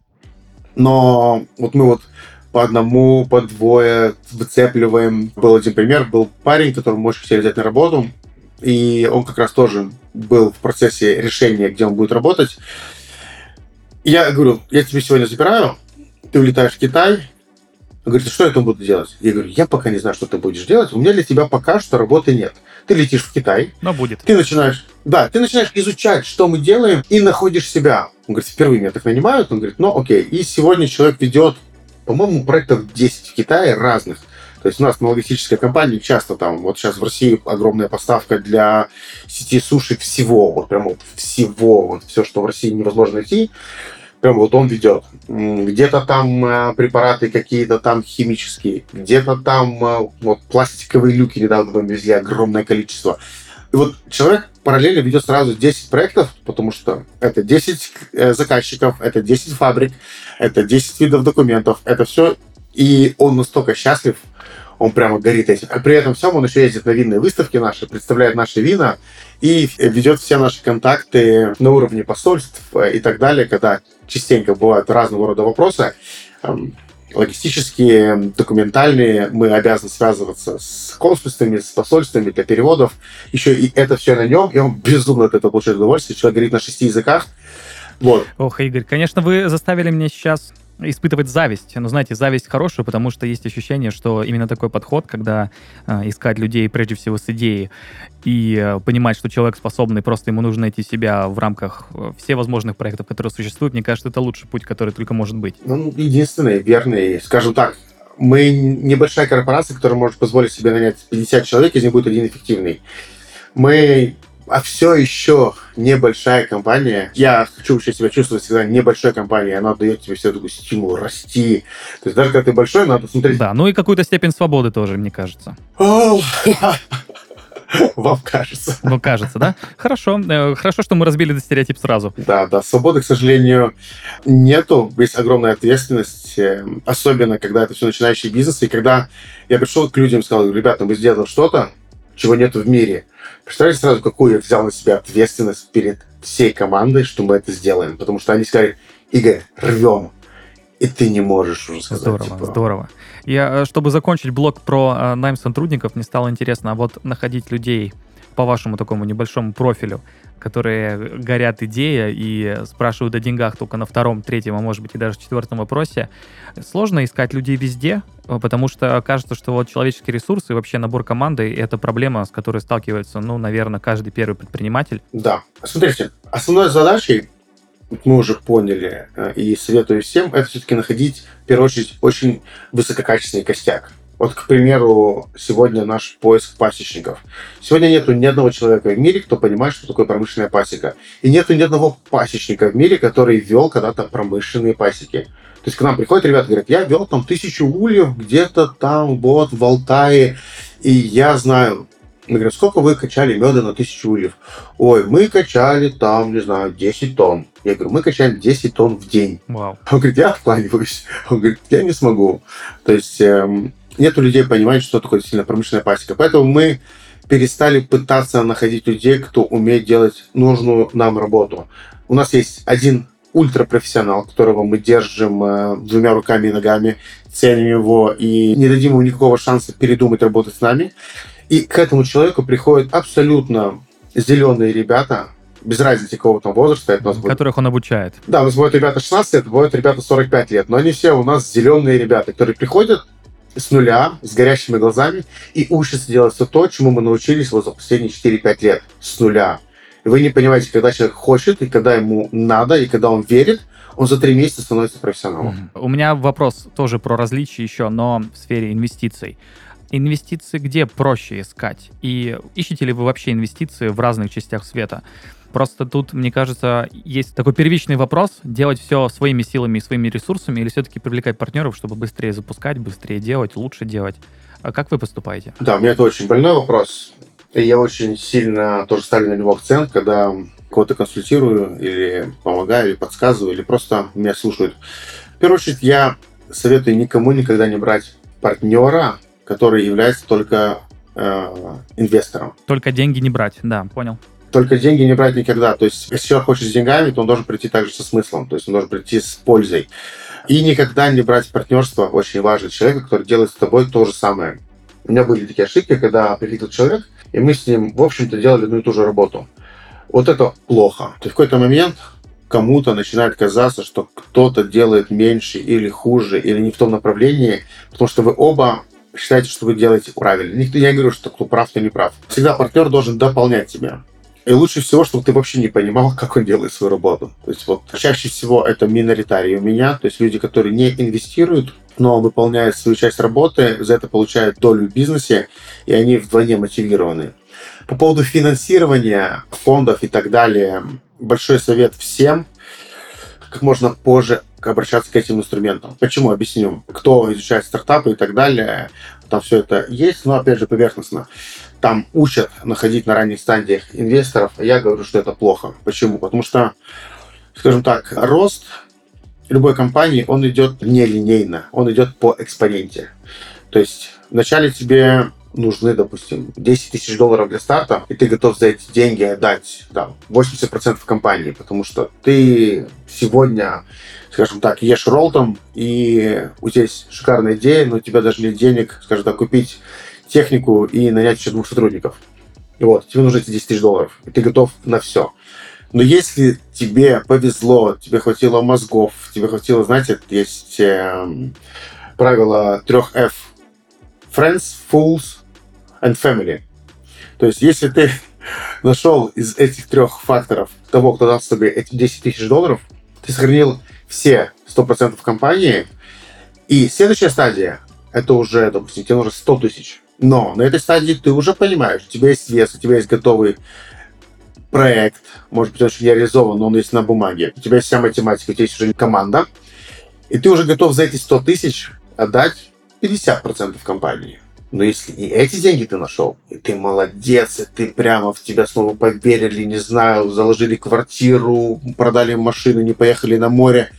Но вот мы вот по одному, по двое выцепливаем. Был один пример, был парень, которого мы очень хотели взять на работу, и он как раз тоже был в процессе решения, где он будет работать. И я говорю, я тебя сегодня забираю, ты улетаешь в Китай. Он говорит, что я там буду делать? Я говорю, я пока не знаю, что ты будешь делать, у меня для тебя пока что работы нет. Ты летишь в Китай. Но будет. Ты начинаешь, да, ты начинаешь изучать, что мы делаем, и находишь себя. Он говорит, впервые меня так нанимают. Он говорит, ну окей. И сегодня человек ведет, по-моему, проектов десять в Китае разных. То есть у нас на логистической компании часто там, вот сейчас в России огромная поставка для сети суши всего, вот прям вот всего, вот все, что в России невозможно найти, прям вот он ведет. Где-то там э, препараты какие-то там химические, где-то там э, вот пластиковые люки недавно мы везли огромное количество. И вот человек параллельно ведет сразу десять проектов, потому что это десять э, заказчиков, это десять фабрик, это десять видов документов, это все. И он настолько счастлив, он прямо горит этим. А при этом всем он еще ездит на винные выставки наши, представляет наши вина и ведет все наши контакты на уровне посольств и так далее, когда частенько бывают разного рода вопросы. логистические, документальные. Мы обязаны связываться с консульствами, с посольствами для переводов. Еще и это все на нем, и он безумно от этого получает удовольствие. Человек говорит на шести языках. Вот. Ох, Игорь, конечно, вы заставили меня сейчас испытывать зависть. Но, знаете, зависть хорошая, потому что есть ощущение, что именно такой подход, когда э, искать людей прежде всего с идеей и э, понимать, что человек способный, просто ему нужно найти себя в рамках э, всевозможных проектов, которые существуют, мне кажется, это лучший путь, который только может быть. Ну, единственный, верный, скажем так, мы небольшая корпорация, которая может позволить себе нанять пятьдесят человек, из них будет один эффективный. Мы а все еще небольшая компания. Я хочу вообще себя чувствовать всегда небольшой компанией. Она дает тебе всегда такой стимул расти. То есть даже когда ты большой, надо смотреть... Да, ну и какую-то степень свободы тоже, мне кажется. Вам кажется. Ну, кажется, да? Хорошо. Хорошо, что мы разбили этот стереотип сразу. Да, да. Свободы, к сожалению, нету. Есть огромная ответственность. Особенно, когда это все начинающий бизнес. И когда я пришел к людям и сказал: ребята, мы сделали что-то, чего нету в мире. Представляете сразу, какую я взял на себя ответственность перед всей командой, что мы это сделаем. Потому что они сказали: Игорь, рвем. И ты не можешь уже сказать. Здорово, типа... здорово. Я, чтобы закончить блок про э, найм сотрудников, мне стало интересно, а вот находить людей по вашему такому небольшому профилю, которые горят идеей и спрашивают о деньгах только на втором, третьем, а может быть и даже четвертом вопросе, сложно искать людей везде, потому что кажется, что вот человеческие ресурсы и вообще набор команды — это проблема, с которой сталкивается, ну, наверное, каждый первый предприниматель. Да. Смотрите, основной задачей, мы уже поняли, и советую всем, это все-таки находить, в первую очередь, очень высококачественный костяк. Вот, к примеру, сегодня наш поиск пасечников. Сегодня нету ни одного человека в мире, кто понимает, что такое промышленная пасека. И нету ни одного пасечника в мире, который вел когда-то промышленные пасеки. То есть к нам приходят ребята и говорят: я вел там тысячу ульев где-то там вот в Алтае, и я знаю... Мы говорим: сколько вы качали меда на тысячу ульев? Ой, мы качали там, не знаю, десять тонн. Я говорю: мы качаем десять тонн в день. Вау. Он говорит: я откланиваюсь. Он говорит: я не смогу. То есть эм, нету людей, понимают, что такое действительно промышленная пасека. Поэтому мы перестали пытаться находить людей, кто умеет делать нужную нам работу. У нас есть один ультрапрофессионал, которого мы держим э, двумя руками и ногами, ценим его и не дадим ему никакого шанса передумать работать с нами. И к этому человеку приходят абсолютно зеленые ребята, без разницы какого там возраста. Это у нас будет... Которых он обучает. Да, у нас бывают ребята шестнадцать лет, бывают ребята сорок пять лет. Но они все у нас зеленые ребята, которые приходят с нуля, с горящими глазами и учатся делать все то, чему мы научились вот за последние четыре-пять лет. С нуля. И вы не понимаете, когда человек хочет, и когда ему надо, и когда он верит, он за три месяца становится профессионалом. Mm-hmm. У меня вопрос тоже про различия еще, но в сфере инвестиций. Инвестиции где проще искать? И ищете ли вы вообще инвестиции в разных частях света? Просто тут, мне кажется, есть такой первичный вопрос: делать все своими силами и своими ресурсами или все-таки привлекать партнеров, чтобы быстрее запускать, быстрее делать, лучше делать? А как вы поступаете? Да, у меня это очень больной вопрос. И я очень сильно тоже ставлю на него акцент, когда кого-то консультирую или помогаю, или подсказываю, или просто меня слушают. В первую очередь, я советую никому никогда не брать партнера, который является только э, инвестором. Только деньги не брать, да, понял. Только деньги не брать никогда. То есть, если человек хочет с деньгами, то он должен прийти также со смыслом, то есть он должен прийти с пользой. И никогда не брать партнерство, очень важно, человека, который делает с тобой то же самое. У меня были такие ошибки, когда приходил человек, и мы с ним, в общем-то, делали одну и ту же работу. Вот это плохо. То есть в какой-то момент кому-то начинает казаться, что кто-то делает меньше или хуже, или не в том направлении, потому что вы оба считаете, что вы делаете правильно. Никто, я не говорю, что кто прав, кто не прав. Всегда партнер должен дополнять тебя. И лучше всего, чтобы ты вообще не понимал, как он делает свою работу. То есть вот чаще всего это миноритарии у меня, то есть люди, которые не инвестируют, но выполняют свою часть работы, за это получают долю в бизнесе, и они вдвойне мотивированы. По поводу финансирования фондов и так далее, большой совет всем как можно позже обращаться к этим инструментам. Почему? Объясню. Кто изучает стартапы и так далее, там все это есть, но опять же поверхностно. Там учат находить на ранних стадиях инвесторов, а я говорю, что это плохо. Почему? Потому что, скажем так, рост любой компании, он идет нелинейно, он идет по экспоненте. То есть вначале тебе нужны, допустим, десять тысяч долларов для старта, и ты готов за эти деньги отдать там, восемьдесят процентов компании, потому что ты сегодня, скажем так, ешь роллтом, и у тебя есть шикарная идея, но у тебя даже нет денег, скажем так, купить технику и нанять еще двух сотрудников. И вот, тебе нужны эти десять тысяч долларов, и ты готов на все. Но если тебе повезло, тебе хватило мозгов, тебе хватило, знаете, есть э, правило трех F. Friends, Fools and Family. То есть, если ты нашел из этих трех факторов того, кто дал тебе эти десять тысяч долларов, ты сохранил все сто процентов компании, и следующая стадия, это уже, допустим, тебе нужно сто тысяч. Но на этой стадии ты уже понимаешь, у тебя есть вес, у тебя есть готовый проект, может быть, он еще не реализован, но он есть на бумаге. У тебя есть вся математика, у тебя есть уже команда, и ты уже готов за эти сто тысяч отдать пятьдесят процентов компании. Но если и эти деньги ты нашел, и ты молодец, и ты прямо в тебя снова поверили, не знаю, заложили квартиру, продали машину, не поехали на море,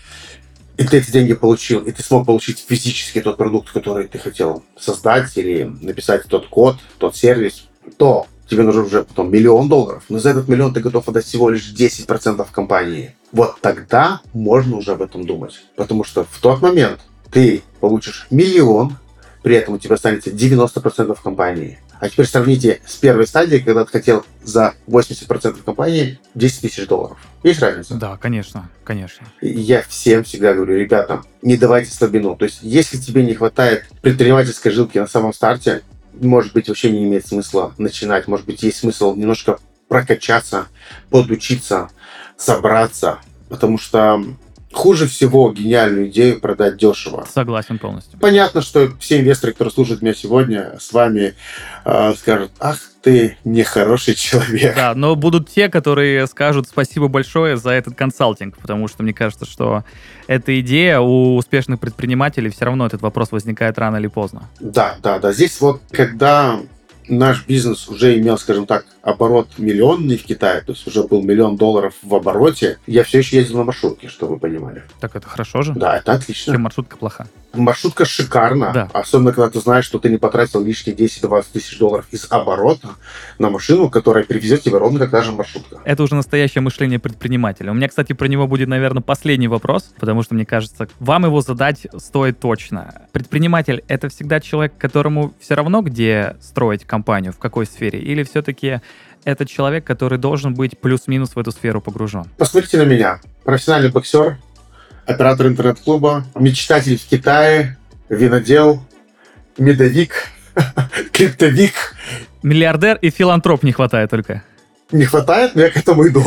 и ты эти деньги получил, и ты смог получить физически тот продукт, который ты хотел создать или написать тот код, тот сервис, то тебе нужен уже потом миллион долларов. Но за этот миллион ты готов отдать всего лишь десять процентов компании. Вот тогда можно уже об этом думать. Потому что в тот момент ты получишь миллион, при этом у тебя останется девяносто процентов компании. А теперь сравните с первой стадией, когда ты хотел за восемьдесят процентов компании десять тысяч долларов. Есть разница? Да, конечно, конечно. И я всем всегда говорю, ребята, не давайте слабину. То есть, если тебе не хватает предпринимательской жилки на самом старте, может быть, вообще не имеет смысла начинать. Может быть, есть смысл немножко прокачаться, подучиться, собраться. Потому что хуже всего гениальную идею продать дешево. Согласен полностью. Понятно, что все инвесторы, которые слушают меня сегодня, с вами э, скажут, ах ты нехороший человек. Да, но будут те, которые скажут спасибо большое за этот консалтинг, потому что мне кажется, что эта идея у успешных предпринимателей, все равно этот вопрос возникает рано или поздно. Да, да, да. Здесь вот, когда наш бизнес уже имел, скажем так, оборот миллионный в Китае, то есть уже был миллион долларов в обороте, я все еще ездил на маршрутке, чтобы вы понимали. Так это хорошо же? Да, это отлично. Чем маршрутка плоха? Маршрутка шикарна, Да. Особенно, когда ты знаешь, что ты не потратил лишние десять-двадцать тысяч долларов из оборота на машину, которая привезет тебя ровно как та же маршрутка. Это уже настоящее мышление предпринимателя. У меня, кстати, про него будет, наверное, последний вопрос, потому что, мне кажется, вам его задать стоит точно. Предприниматель — это всегда человек, которому все равно, где строить компанию, в какой сфере, или все-таки это человек, который должен быть плюс-минус в эту сферу погружен? Посмотрите на меня. Профессиональный боксер, оператор интернет-клуба, мечтатель в Китае, винодел, медовик, криптовик. Миллиардер и филантроп не хватает только. Не хватает, но я к этому иду.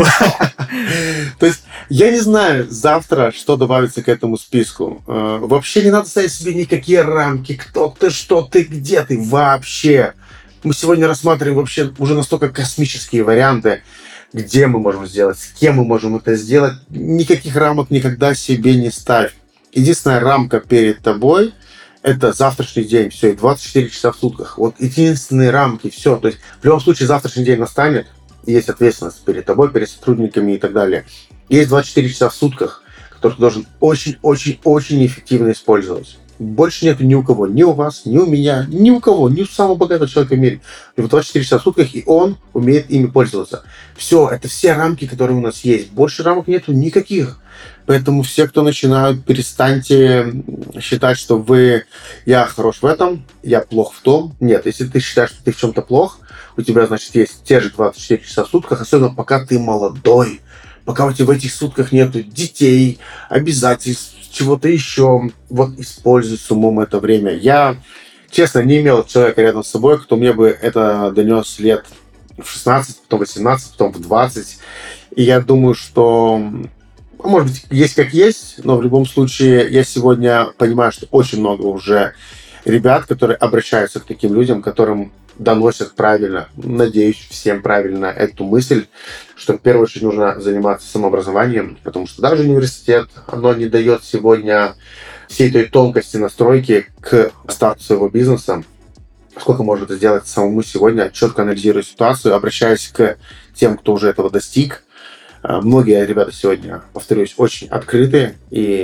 То есть я не знаю завтра, что добавится к этому списку. Э, Вообще не надо ставить себе никакие рамки. Кто ты, что ты, где ты вообще. Мы сегодня рассматриваем вообще уже настолько космические варианты, где мы можем сделать, с кем мы можем это сделать. Никаких рамок никогда себе не ставь. Единственная рамка перед тобой — это завтрашний день. Все, и двадцать четыре часа в сутках. Вот единственные рамки, все. То есть в любом случае завтрашний день настанет, и есть ответственность перед тобой, перед сотрудниками и так далее. Есть двадцать четыре часа в сутках, которые ты должен очень-очень-очень эффективно использовать. Больше нет ни у кого, ни у вас, ни у меня, ни у кого, ни у самого богатого человека в мире. У него двадцать четыре часа в сутках, и он умеет ими пользоваться. Все, это все рамки, которые у нас есть. Больше рамок нету никаких. Поэтому все, кто начинают, перестаньте считать, что вы, я хорош в этом, я плох в том. Нет, если ты считаешь, что ты в чем-то плох, у тебя, значит, есть те же двадцать четыре часа в сутках, особенно пока ты молодой, пока у тебя в этих сутках нету детей, обязательств, чего-то еще. Вот используй с умом это время. Я, честно, не имел человека рядом с собой, кто мне бы это донес лет в шестнадцать, потом в восемнадцать, потом в двадцать. И я думаю, что, может быть, есть как есть, но в любом случае я сегодня понимаю, что очень много уже ребят, которые обращаются к таким людям, которым доносят правильно, надеюсь, всем правильно эту мысль, что в первую очередь нужно заниматься самообразованием, потому что даже университет, оно не дает сегодня всей той тонкости настройки к старту своего бизнеса. Сколько можно это сделать самому сегодня, четко анализируя ситуацию, обращаясь к тем, кто уже этого достиг. Многие ребята сегодня, повторюсь, очень открытые, и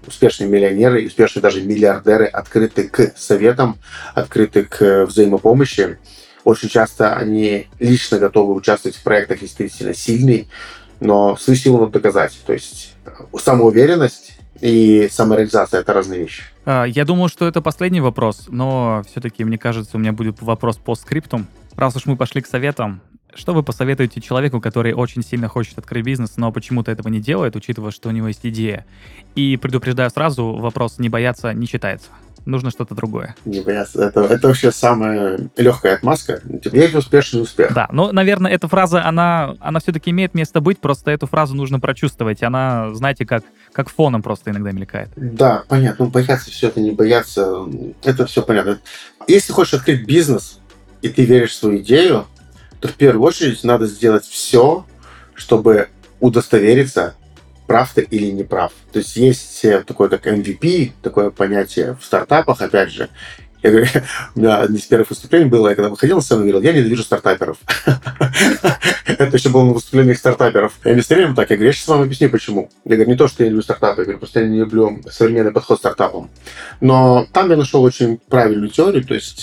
успешные миллионеры, успешные даже миллиардеры открыты к советам, открыты к взаимопомощи. Очень часто они лично готовы участвовать в проектах, если ты действительно сильный, но свою силу надо доказать. То есть самоуверенность и самореализация — это разные вещи. А, Я думал, что это последний вопрос, но все-таки, мне кажется, у меня будет вопрос по скрипту. Раз уж мы пошли к советам, что вы посоветуете человеку, который очень сильно хочет открыть бизнес, но почему-то этого не делает, учитывая, что у него есть идея? И предупреждаю сразу, вопрос «не бояться» не читается. Нужно что-то другое. Не бояться. Это, это вообще самая легкая отмазка. Типа, есть успешный успех. Да, но, наверное, эта фраза, она, она все-таки имеет место быть, просто эту фразу нужно прочувствовать. Она, знаете, как, как фоном просто иногда мелькает. Да, понятно. Ну, бояться все это, не бояться. Это все понятно. Если хочешь открыть бизнес, и ты веришь в свою идею, то в первую очередь надо сделать все, чтобы удостовериться, прав ты или не прав. То есть есть такое, как эм ви пи, такое понятие в стартапах, опять же. Я говорю, у меня одно из первых выступлений было, я когда выходил на сцену, говорил, я ненавижу стартаперов. Это еще было на выступлениях стартаперов. Я не стреляю так, я говорю, я сейчас вам объясню, почему. Я говорю, не то, что я не люблю стартапы, я говорю, просто я не люблю современный подход к стартапам. Но там я нашел очень правильную теорию, то есть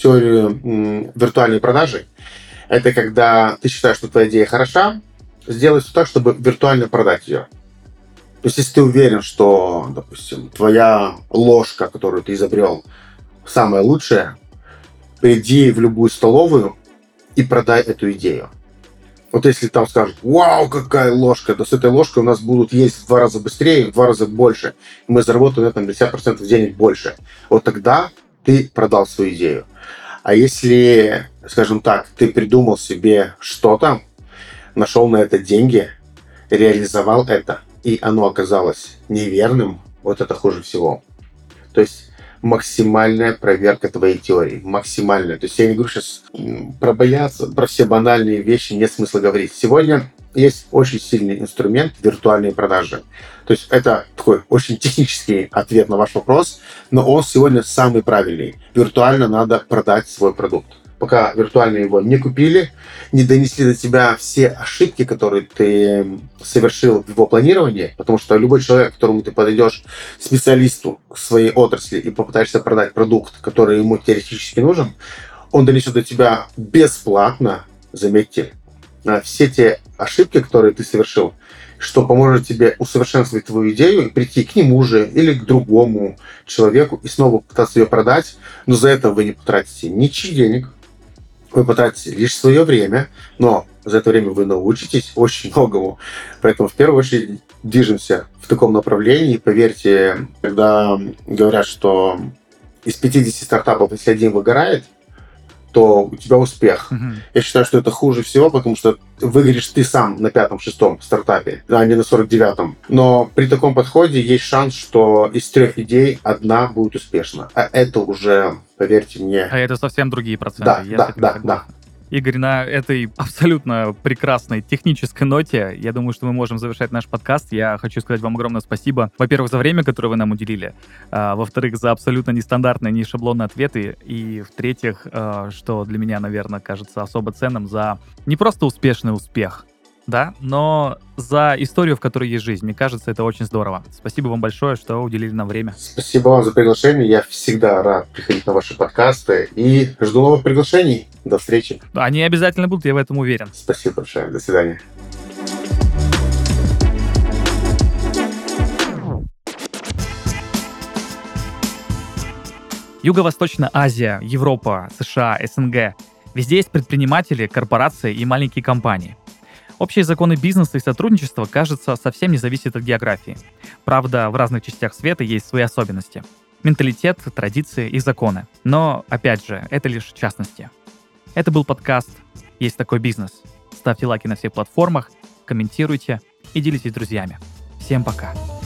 теорию виртуальной продажи. Это когда ты считаешь, что твоя идея хороша, сделай все так, чтобы виртуально продать ее. То есть, если ты уверен, что, допустим, твоя ложка, которую ты изобрел, самая лучшая, приди в любую столовую и продай эту идею. Вот если там скажут, вау, какая ложка, то с этой ложкой у нас будут есть в два раза быстрее, в два раза больше, и мы заработаем на этом пятьдесят процентов денег больше. Вот тогда ты продал свою идею. А если, скажем так, ты придумал себе что-то, нашел на это деньги, реализовал это, и оно оказалось неверным, вот это хуже всего. То есть максимальная проверка твоей теории. Максимальная. То есть я не говорю сейчас про бояться, про все банальные вещи, нет смысла говорить. Сегодня есть очень сильный инструмент виртуальные продажи. То есть это такой очень технический ответ на ваш вопрос, но он сегодня самый правильный. Виртуально надо продать свой продукт. Пока виртуально его не купили, не донесли до тебя все ошибки, которые ты совершил в его планировании, потому что любой человек, к которому ты подойдешь, специалисту в своей отрасли, и попытаешься продать продукт, который ему теоретически нужен, он донесет до тебя бесплатно, заметьте, все те ошибки, которые ты совершил, что поможет тебе усовершенствовать твою идею и прийти к нему же или к другому человеку и снова пытаться ее продать, но за это вы не потратите ничьих денег, вы потратите лишь свое время, но за это время вы научитесь очень многому. Поэтому в первую очередь движемся в таком направлении. Поверьте, когда говорят, что из пятидесяти стартапов, если один выгорает, то у тебя успех. Мгм. Я считаю, что это хуже всего, потому что выгоришь ты сам на пятом-шестом стартапе, а не на сорок девятом. Но при таком подходе есть шанс, что из трех идей одна будет успешна. А это уже, поверьте мне... А это совсем другие проценты. Да, Я да, с этим да, согласен. да. Игорь, на этой абсолютно прекрасной технической ноте, я думаю, что мы можем завершать наш подкаст. Я хочу сказать вам огромное спасибо, во-первых, за время, которое вы нам уделили, а, во-вторых, за абсолютно нестандартные, не шаблонные ответы, и, в-третьих, а, что для меня, наверное, кажется особо ценным, за не просто успешный успех, да, но за историю, в которой есть жизнь. Мне кажется, это очень здорово. Спасибо вам большое, что уделили нам время. Спасибо вам за приглашение. Я всегда рад приходить на ваши подкасты и жду новых приглашений. До встречи. Они обязательно будут, я в этом уверен. Спасибо большое. До свидания. Юго-Восточная Азия, Европа, США, СНГ. Везде есть предприниматели, корпорации и маленькие компании. Общие законы бизнеса и сотрудничества, кажется, совсем не зависят от географии. Правда, в разных частях света есть свои особенности. Менталитет, традиции и законы. Но, опять же, это лишь частности. Это был подкаст «Есть такой бизнес». Ставьте лайки на всех платформах, комментируйте и делитесь с друзьями. Всем пока!